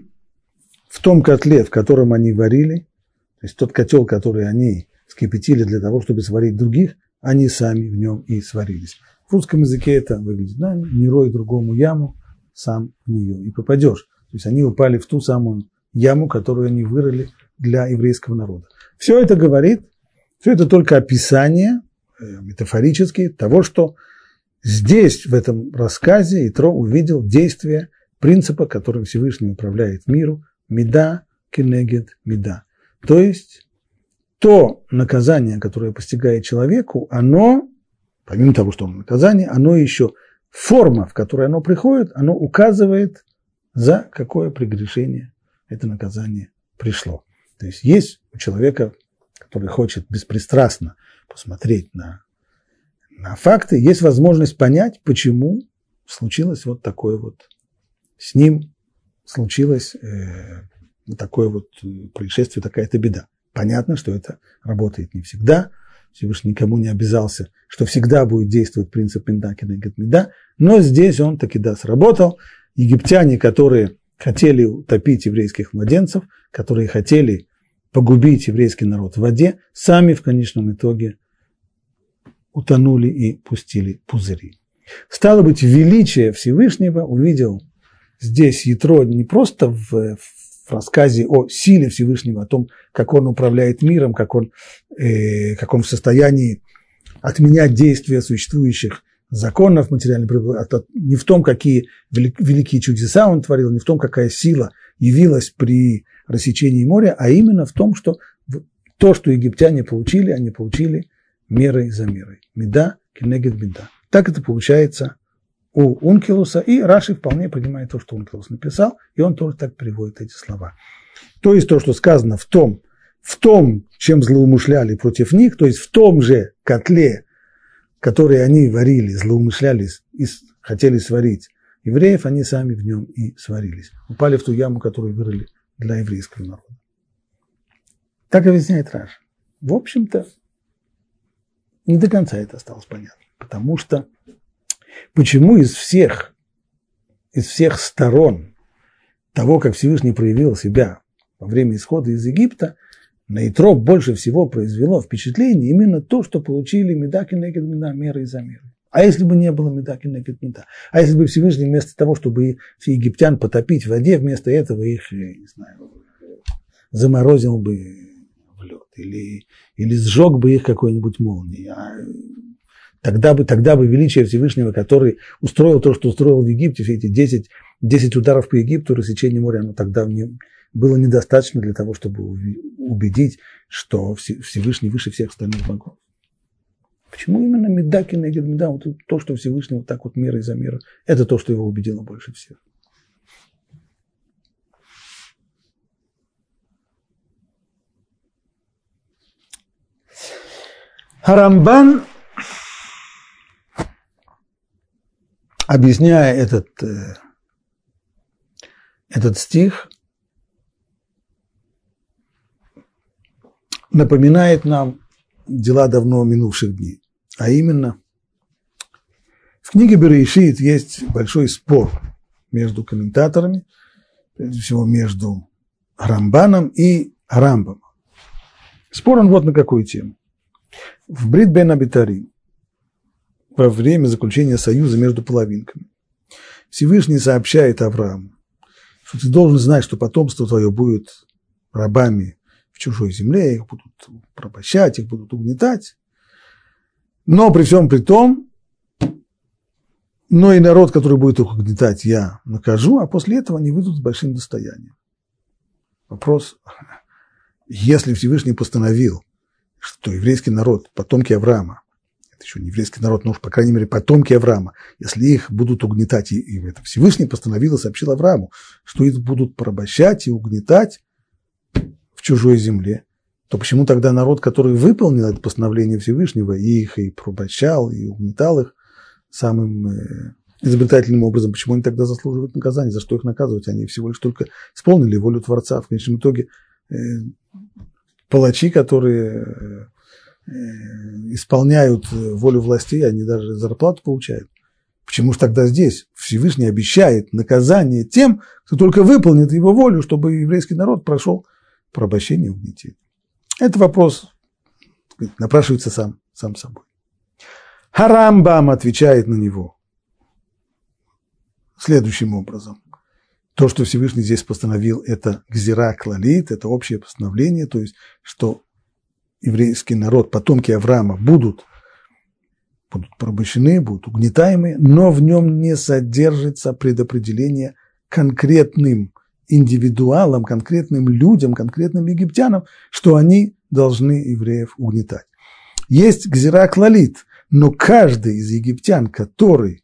том котле, в котором они варили, то есть тот котел, который они вскипятили для того, чтобы сварить других, они сами в нем и сварились. В русском языке это выглядит, не рой другому яму, сам в нее и попадешь. То есть они упали в ту самую яму, которую они вырыли для еврейского народа. Все это говорит, все это только описание метафорически того, что здесь, в этом рассказе, Итро увидел действие принципа, которым Всевышний управляет миру, мида кенегед мида. То есть то наказание, которое постигает человеку, оно, помимо того, что оно наказание, оно еще форма, в которой оно приходит, оно указывает, за какое прегрешение это наказание пришло. То есть у человека, который хочет беспристрастно посмотреть на факты, есть возможность понять, почему случилось вот такое вот с ним, случилось такое вот происшествие, такая-то беда. Понятно, что это работает не всегда, Всевышний никому не обязался, что всегда будет действовать принцип мида кенегед мида, но здесь он таки сработал. Египтяне, которые хотели утопить еврейских младенцев, которые хотели погубить еврейский народ в воде, сами в конечном итоге утонули и пустили пузыри. Стало быть, величие Всевышнего увидел здесь Ятро не просто в рассказе о силе Всевышнего, о том, как он управляет миром, как он в состоянии отменять действия существующих законов материальной природы, не в том, какие великие чудеса он творил, не в том, какая сила явилась при рассечении моря, а именно в том, что то, что египтяне получили, они получили мерой за мерой. Мида кенегед мида. Так это получается у Ункилуса, и Раши вполне понимает то, что Ункилус написал, и он тоже так переводит эти слова. То есть то, что сказано в том, чем злоумышляли против них, то есть в том же котле, который они варили, злоумышляли и хотели сварить евреев, они сами в нем и сварились. Упали в ту яму, которую вырыли для еврейского народа. Так объясняет Раши. В общем-то, не до конца это осталось понятно. Потому что почему из всех сторон того, как Всевышний проявил себя во время исхода из Египта, на Итро больше всего произвело впечатление именно то, что получили меда кенегед меда, мера из-за меры. А если бы не было меда кенегед меда? А если бы Всевышний вместо того, чтобы египтян потопить в воде, вместо этого их, не знаю, заморозил бы в лед или сжег бы их какой-нибудь молнией? Тогда бы величие Всевышнего, который устроил то, что устроил в Египте, все эти 10 ударов по Египту, рассечение моря, оно тогда было недостаточно для того, чтобы убедить, что Всевышний выше всех остальных богов. Почему именно меда кенегед меда, вот то, что Всевышний вот так вот мера из-за мера, это то, что его убедило больше всех. Рамбан, объясняя этот стих, напоминает нам дела давно минувших дней. А именно, в книге Берешит есть большой спор между комментаторами, прежде всего между Рамбаном и Рамбамом. Спор он вот на какую тему. В Брит бен Абитарим, во время заключения союза между половинками, Всевышний сообщает Аврааму, что ты должен знать, что потомство твое будет рабами в чужой земле, их будут порабощать, их будут угнетать. Но при всем при том, но и народ, который будет их угнетать, я накажу, а после этого они выйдут с большим достоянием. Вопрос, если Всевышний постановил, что еврейский народ, потомки Авраама, это еще не еврейский народ, но уж, по крайней мере, потомки Авраама, если их будут угнетать, и это Всевышний постановил и сообщил Аврааму, что их будут порабощать и угнетать в чужой земле, то почему тогда народ, который выполнил это постановление Всевышнего, и их и порабощал, и угнетал их самым изобретательным образом, почему они тогда заслуживают наказания, за что их наказывать? Они всего лишь только исполнили волю Творца. В конечном итоге палачи, которые исполняют волю властей, они даже зарплату получают. Почему же тогда здесь Всевышний обещает наказание тем, кто только выполнит его волю, чтобы еврейский народ прошел порабощение и угнетение? Это вопрос напрашивается сам собой. Рамбам отвечает на него следующим образом. То, что Всевышний здесь постановил, это гзира клалит, это общее постановление, то есть, что еврейский народ, потомки Авраама будут порабощены, будут угнетаемы, но в нем не содержится предопределение конкретным индивидуалам, конкретным людям, конкретным египтянам, что они должны евреев угнетать. Есть гзира клалит, но каждый из египтян, который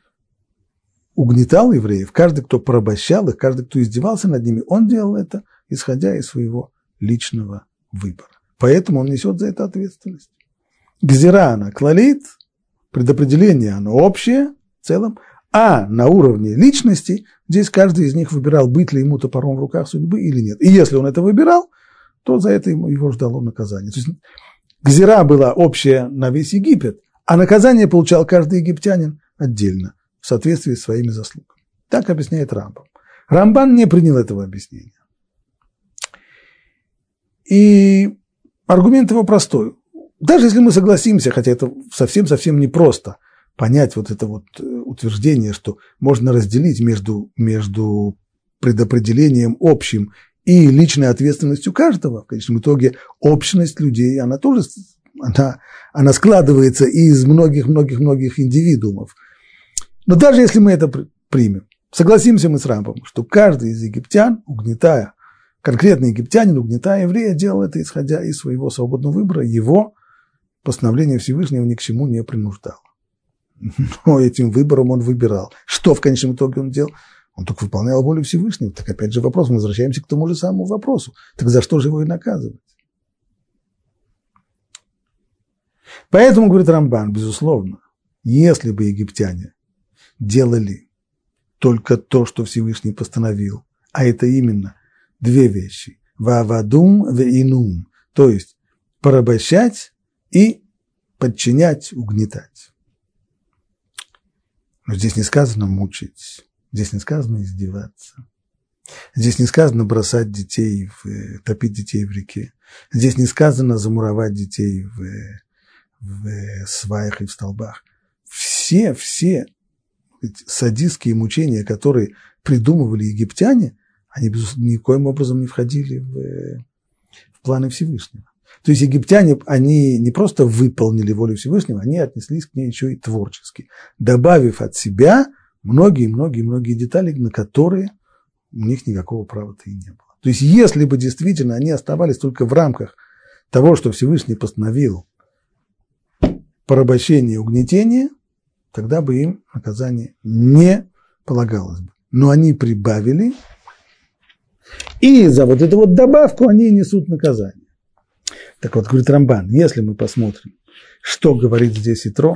угнетал евреев, каждый, кто порабощал их, каждый, кто издевался над ними, он делал это, исходя из своего личного выбора. Поэтому он несет за это ответственность. Гзира она клалит, предопределение оно общее в целом, а на уровне личности здесь каждый из них выбирал, быть ли ему топором в руках судьбы или нет. И если он это выбирал, то за это его ждало наказание. То есть гзира была общая на весь Египет, а наказание получал каждый египтянин отдельно, в соответствии с своими заслугами. Так объясняет Рамбам. Рамбан не принял этого объяснения. И аргумент его простой. Даже если мы согласимся, хотя это совсем-совсем непросто, понять вот это вот утверждение, что можно разделить между предопределением общим и личной ответственностью каждого. В конечном итоге общность людей, она тоже она складывается из многих-многих-многих индивидуумов. Но даже если мы это примем, согласимся мы с Рамбамом, что каждый из египтян, угнетая, конкретный египтянин, угнетая еврея, делал это, исходя из своего свободного выбора, его постановление Всевышнего ни к чему не принуждало. но этим выбором он выбирал. Что в конечном итоге он делал? Он только выполнял волю Всевышнего. Так опять же вопрос, мы возвращаемся к тому же самому вопросу. Так за что же его и наказывать? Поэтому, говорит Рамбан, безусловно, если бы египтяне делали только то, что Всевышний постановил, а это именно две вещи – ваавадум веинум, то есть порабощать и подчинять, угнетать. Но здесь не сказано мучить, здесь не сказано издеваться, здесь не сказано бросать детей, топить детей в реке, здесь не сказано замуровать детей в сваях и в столбах. Все садистские мучения, которые придумывали египтяне, они никоим образом не входили в планы Всевышнего. То есть египтяне, они не просто выполнили волю Всевышнего, они отнеслись к ней еще и творчески, добавив от себя многие детали, на которые у них никакого права-то и не было. То есть если бы действительно они оставались только в рамках того, что Всевышний постановил, порабощение и угнетение, тогда бы им наказание не полагалось бы. Но они прибавили, и за вот эту вот добавку они несут наказание. Так вот, говорит Рамбан, если мы посмотрим, что говорит здесь Итро,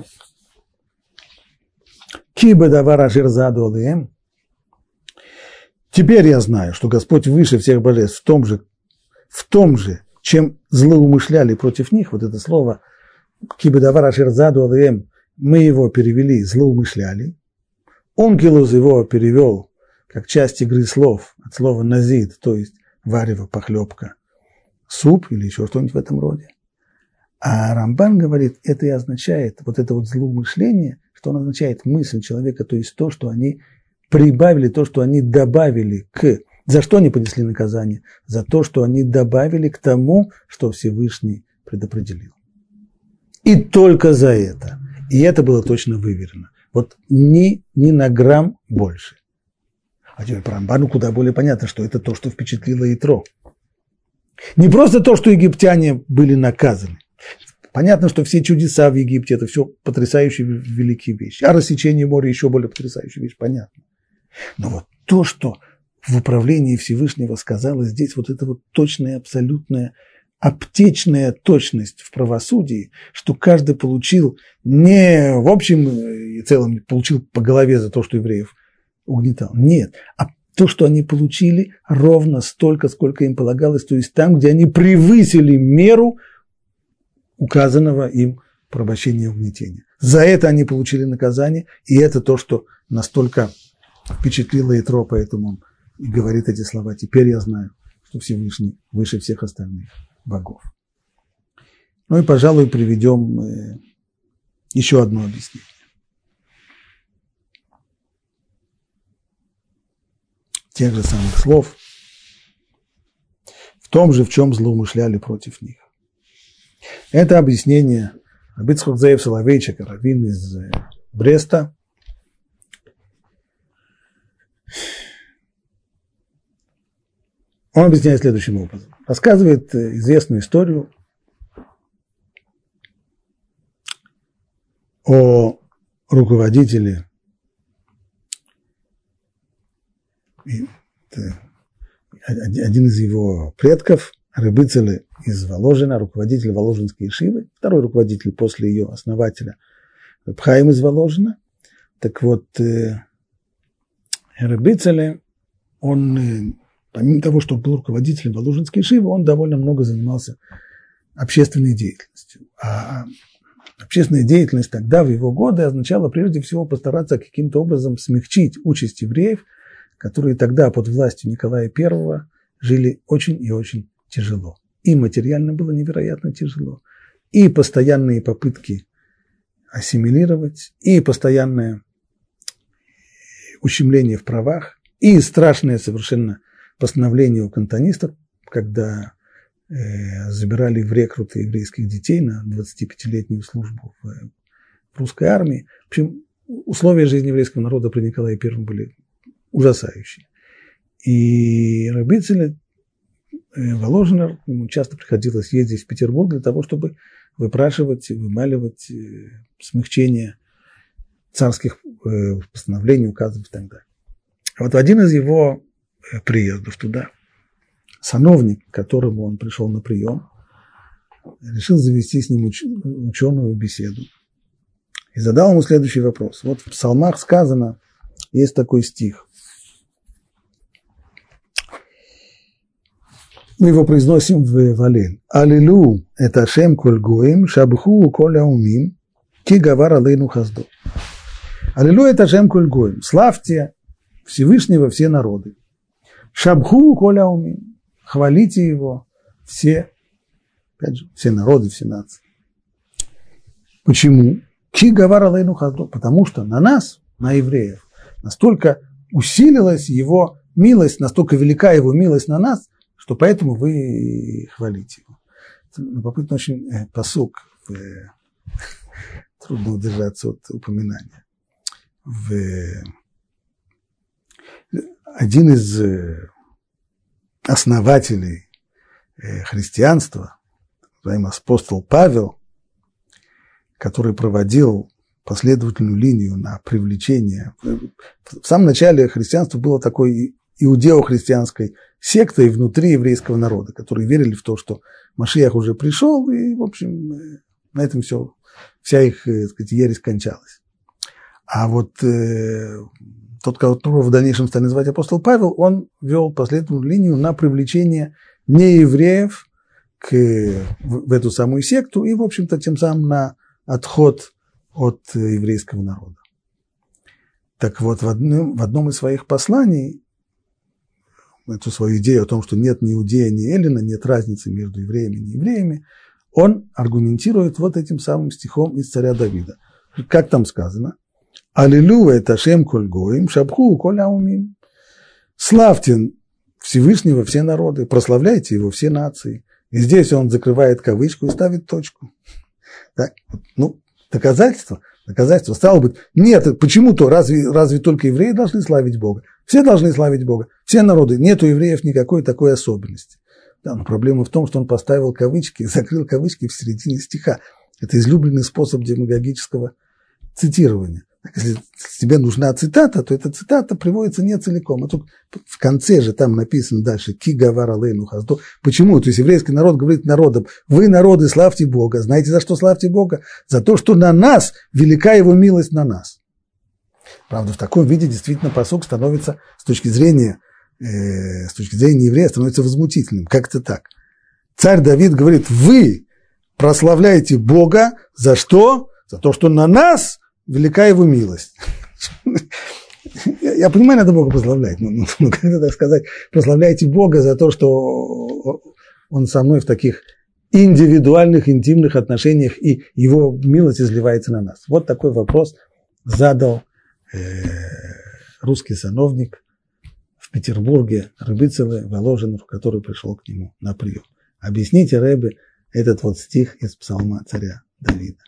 «Кибе давар ашер заду алеем», теперь я знаю, что Господь выше всех божеств в том же, чем злоумышляли против них, вот это слово «Кибе давар ашер заду алеем», мы его перевели «злоумышляли», Онкилус его перевел как часть игры слов от слова «назид», то есть варево, похлебка, суп или еще что-нибудь в этом роде. А Рамбан говорит, это и означает, вот это вот злоумышление, что оно означает мысль человека, то есть то, что они прибавили, то, что они добавили за что они понесли наказание? За то, что они добавили к тому, что Всевышний предопределил. И только за это. И это было точно выверено. Вот ни на грамм больше. А теперь по Рамбану куда более понятно, что это то, что впечатлило Итро. Не просто то, что египтяне были наказаны. Понятно, что все чудеса в Египте – это все потрясающие великие вещи. А рассечение моря – еще более потрясающая вещь, понятно. Но вот то, что в управлении Всевышнего сказалось здесь, вот это вот точная, абсолютная, аптечная точность в правосудии, что каждый получил не в общем и целом получил по голове за то, что евреев угнетал. Нет, а то, что они получили, ровно столько, сколько им полагалось, то есть там, где они превысили меру указанного им порабощения и угнетения. За это они получили наказание, и это то, что настолько впечатлило Итро, поэтому он и говорит эти слова. Теперь я знаю, что Всевышний выше всех остальных богов. Ну и, пожалуй, приведем еще одно объяснение. Тех же самых слов, в том же, в чем злоумышляли против них. Это объяснение Рав Ицхак Зеев Соловейчик, раввин из Бреста. Он объясняет следующим образом. Рассказывает известную историю о руководителе, один из его предков, Рeb Ицеле из Воложина, руководитель Воложинской ешивы, второй руководитель после ее основателя, Рeb Хаим из Воложина. Так вот, Рeb Ицеле, он, помимо того, что был руководителем Воложинской ешивы, он довольно много занимался общественной деятельностью. А общественная деятельность тогда, в его годы, означала прежде всего постараться каким-то образом смягчить участь евреев, которые тогда под властью Николая I жили очень и очень тяжело. И материально было невероятно тяжело. И постоянные попытки ассимилировать, и постоянное ущемление в правах, и страшное совершенно постановление у кантонистов, когда забирали в рекруты еврейских детей на 25-летнюю службу в русской армии. В общем, условия жизни еврейского народа при Николае I были ужасающие. И Рeb Ицеле Воложенер, ему часто приходилось ездить в Петербург для того, чтобы выпрашивать, вымаливать смягчение царских постановлений, указов и так далее. А вот в один из его приездов туда сановник, к которому он пришел на прием, решил завести с ним ученую беседу и задал ему следующий вопрос. Вот в псалмах сказано, есть такой стих. Мы его произносим в Валель. Аллилу это Ашем коль гоим, шабху коль аумим, ки гавар алейну хаздо. Аллилу это Ашем коль гоим. Славьте Всевышнего все народы. Шабху коль аумим. Хвалите его все, опять же, все народы, все нации. Почему? Ки гавар алейну хаздо. Потому что на нас, на евреев, настолько усилилась его милость, настолько велика его милость на нас, что поэтому вы хвалите его. Любопытно очень пасук, трудно удержаться от упоминания. Один из основателей христианства, называемый апостол Павел, который проводил последовательную линию на привлечение. В самом начале христианства было такой иудео-христианской сектой внутри еврейского народа, которые верили в то, что Машиах уже пришел, и, в общем, на этом все, вся их, так сказать, ересь кончалась. А вот тот, которого в дальнейшем стали называть апостол Павел, он вел последовательную линию на привлечение неевреев в эту самую секту и, в общем-то, тем самым на отход от еврейского народа. Так вот, в одном из своих посланий эту свою идею о том, что нет ни иудея, ни эллина, нет разницы между евреями и неевреями, он аргументирует вот этим самым стихом из царя Давида. Как там сказано? «Аллилу это Ашем коль гоим, шабху коль аумим». Славьте Всевышнего все народы, прославляйте его все нации. И здесь он закрывает кавычку и ставит точку. Так, ну, доказательство. Стало быть, нет, почему-то, разве только евреи должны славить Бога? Все должны славить Бога, все народы, нет у евреев никакой такой особенности. Да, но проблема в том, что он поставил кавычки, закрыл кавычки в середине стиха. Это излюбленный способ демагогического цитирования. Если тебе нужна цитата, то эта цитата приводится не целиком. А тут в конце же там написано дальше «Ки гавар алейну хаздо». Почему? То есть еврейский народ говорит народам: вы, народы, славьте Бога. Знаете, за что славьте Бога? За то, что на нас велика его милость на нас. Правда, в таком виде действительно пасук становится с точки зрения еврея становится возмутительным. Как это так? Царь Давид говорит: вы прославляете Бога за что? За то, что на нас велика его милость. Я понимаю, надо Бога прославлять, но как так сказать, прославляйте Бога за то, что Он со мной в таких индивидуальных, интимных отношениях, и его милость изливается на нас. Вот такой вопрос задал русский сановник в Петербурге, Рыбицеле Воложенов, который пришел к нему на прием. Объясните, Ребе, этот вот стих из псалма царя Давида.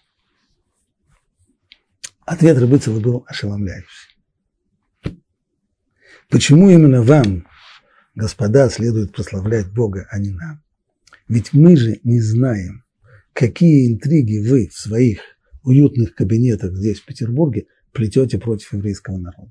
Ответ Рыбицела был ошеломляющий. Почему именно вам, господа, следует прославлять Бога, а не нам? Ведь мы же не знаем, какие интриги вы в своих уютных кабинетах здесь, в Петербурге, плетете против еврейского народа.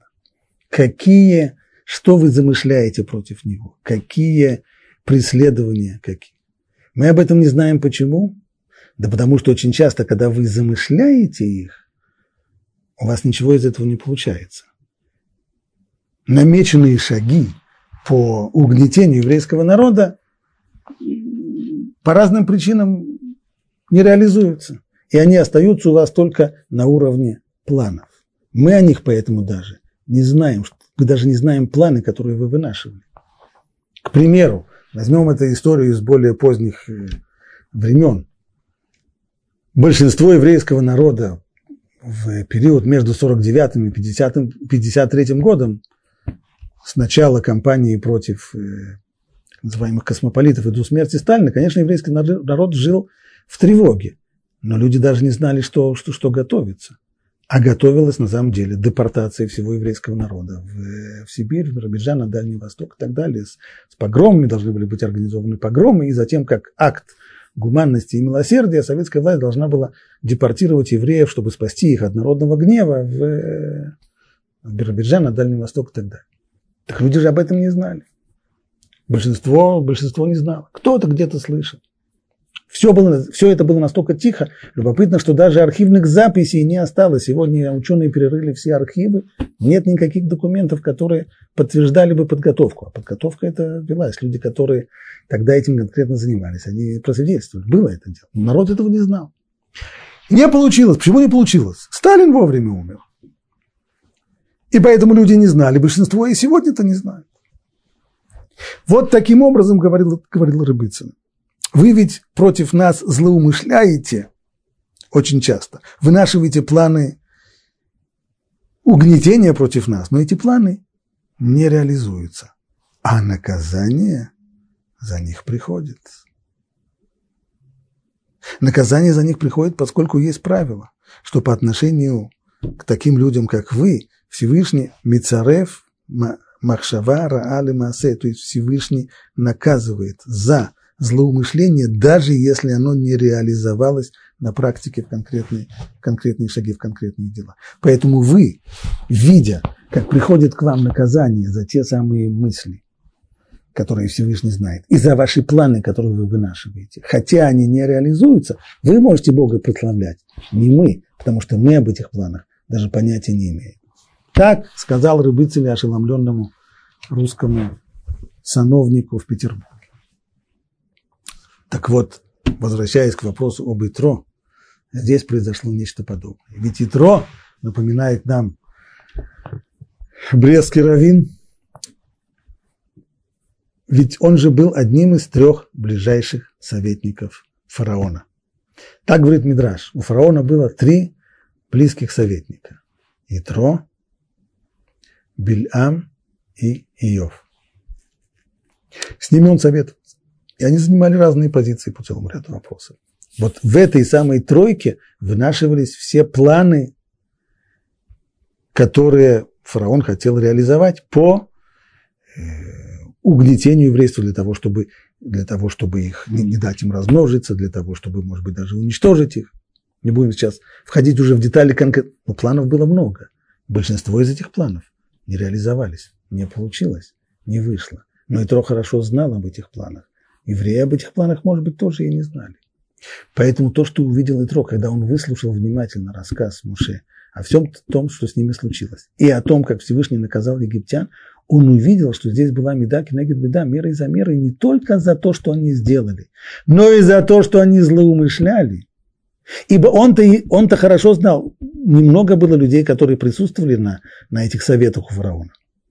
Что вы замышляете против него? Какие преследования? Мы об этом не знаем. Почему? Да потому что очень часто, когда вы замышляете их, у вас ничего из этого не получается. Намеченные шаги по угнетению еврейского народа по разным причинам не реализуются. И они остаются у вас только на уровне планов. Мы о них поэтому даже не знаем. Мы даже не знаем планы, которые вы вынашивали. К примеру, возьмем эту историю из более поздних времен. Большинство еврейского народа в период между 49-м и 53-м годом, с начала кампании против называемых космополитов и до смерти Сталина, конечно, еврейский народ жил в тревоге, но люди даже не знали, что готовится. А готовилась на самом деле депортация всего еврейского народа в Сибирь, в Биробиджан, на Дальний Восток и так далее. С погромами должны были быть организованы погромы, и затем, как акт гуманности и милосердия советская власть должна была депортировать евреев, чтобы спасти их от народного гнева в Биробиджан, на Дальний Восток и так далее. Так люди же об этом не знали. Большинство не знало. Кто-то где-то слышал. Все это было настолько тихо. Любопытно, что даже архивных записей не осталось. Сегодня ученые перерыли все архивы. Нет никаких документов, которые подтверждали бы подготовку. А подготовка эта велась. Люди, которые тогда этим конкретно занимались, они просвидетельствовали. Было это дело. Но народ этого не знал. Не получилось. Почему не получилось? Сталин вовремя умер. И поэтому люди не знали. Большинство и сегодня-то не знают. Вот таким образом говорил Рыбыцин. Вы ведь против нас злоумышляете очень часто, вынашиваете планы угнетения против нас, но эти планы не реализуются, а наказание за них приходит. Наказание за них приходит, поскольку есть правило, что по отношению к таким людям, как вы, Всевышний Мицарев Махшава Раали Маасе, то есть Всевышний наказывает за злоумышление, даже если оно не реализовалось на практике в конкретные шаги, в конкретные дела. Поэтому вы, видя, как приходит к вам наказание за те самые мысли, которые Всевышний знает, и за ваши планы, которые вы вынашиваете, хотя они не реализуются, вы можете Бога прославлять, не мы, потому что мы об этих планах даже понятия не имеем. Так сказал Рыбыцин ошеломленному русскому сановнику в Петербурге. Так вот, возвращаясь к вопросу об Итро, здесь произошло нечто подобное. Ведь Итро напоминает нам брестский раввин, ведь он же был одним из 3 ближайших советников фараона. Так говорит Мидраш, у фараона было 3 близких советника. Итро, Бильам и Иов. С ними он советовался. И они занимали разные позиции по целому ряду вопросов. Вот в этой самой тройке вынашивались все планы, которые фараон хотел реализовать по угнетению еврейства для того, чтобы их не дать им размножиться, для того, чтобы, может быть, даже уничтожить их. Не будем сейчас входить уже в детали конкретно. Но планов было много. Большинство из этих планов не реализовались, не получилось, не вышло. Но Итро хорошо знал об этих планах. Евреи об этих планах, может быть, тоже и не знали. Поэтому то, что увидел Итро, когда он выслушал внимательно рассказ Моше о всем том, что с ними случилось, и о том, как Всевышний наказал египтян, он увидел, что здесь была меда кенегед меда, мера за мерой, не только за то, что они сделали, но и за то, что они злоумышляли. Ибо он-то хорошо знал, немного было людей, которые присутствовали на этих советах у фараона.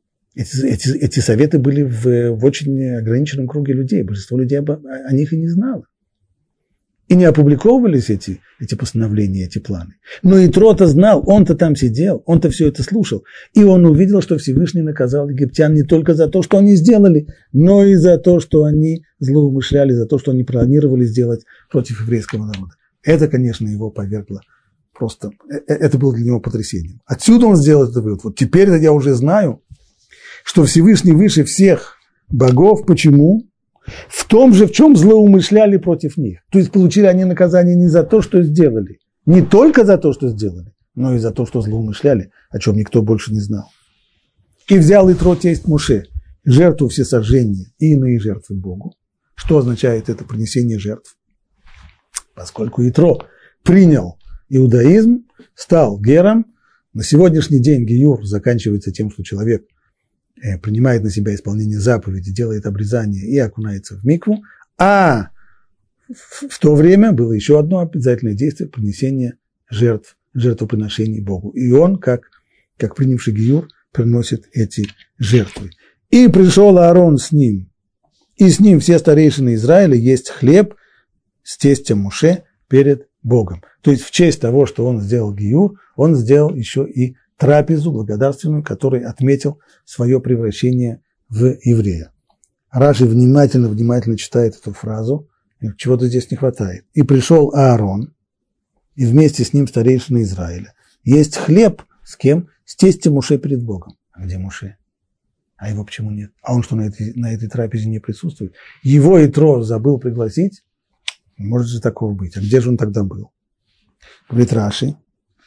Эти советы были в очень ограниченном круге людей. Большинство людей о них и не знало. И не опубликовывались эти постановления, эти планы. Но Итро-то знал, он-то там сидел, он-то все это слушал. И он увидел, что Всевышний наказал египтян не только за то, что они сделали, но и за то, что они злоумышляли, за то, что они планировали сделать против еврейского народа. Это, конечно, его повергло просто... Это было для него потрясением. Отсюда он сделал этот вывод. Вот теперь я уже знаю, что Всевышний выше всех богов. Почему? В том же, в чем злоумышляли против них. То есть получили они наказание не за то, что сделали, не только за то, что сделали, но и за то, что злоумышляли, о чем никто больше не знал. И взял Итро тесть Моше жертву всесожжения и иные жертвы Богу. Что означает это принесение жертв? Поскольку Итро принял иудаизм, стал гером, на сегодняшний день гиюр заканчивается тем, что человек принимает на себя исполнение заповеди, делает обрезание и окунается в микву, а в то время было еще одно обязательное действие – принесение жертвоприношений Богу. И он, как принявший гиюр, приносит эти жертвы. И пришел Аарон с ним, и с ним все старейшины Израиля есть хлеб с тестем Моше перед Богом. То есть в честь того, что он сделал гиюр, он сделал еще и трапезу благодарственную, который отметил свое превращение в еврея. Раши внимательно читает эту фразу, чего-то здесь не хватает. И пришел Аарон, и вместе с ним старейшины Израиля. Есть хлеб с кем? С тестем Моше перед Богом. А где Моше? А его почему нет? А он что, на этой трапезе не присутствует? Его Итро забыл пригласить? Не может же такого быть. А где же он тогда был? Говорит Раши.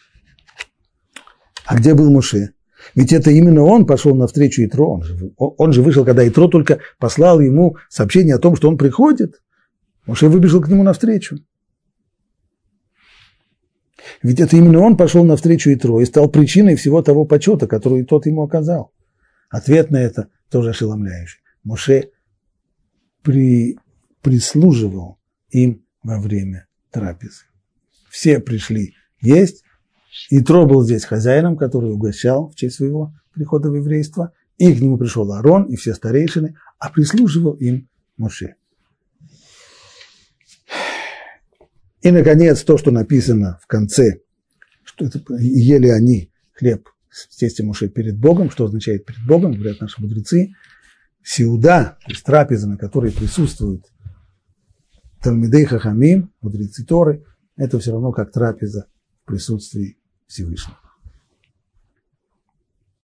А где был Моше? Ведь это именно он пошел навстречу Итро. Он же вышел, когда Итро только послал ему сообщение о том, что он приходит. Моше выбежал к нему навстречу. Ведь это именно он пошел навстречу Итро и стал причиной всего того почета, который тот ему оказал. Ответ на это тоже ошеломляющий. Моше прислуживал им во время трапезы. Все пришли есть. Итро был здесь хозяином, который угощал в честь своего прихода в еврейство. И к нему пришел Аарон и все старейшины, а прислуживал им Моше. И, наконец, то, что написано в конце, что это, ели они хлеб с тестем Моше перед Богом. Что означает перед Богом, говорят наши мудрецы. Сеуда, то есть трапеза, на которой присутствуют Талмидей Хахамим, мудрецы Торы, это все равно как трапеза в присутствии Всевышнего.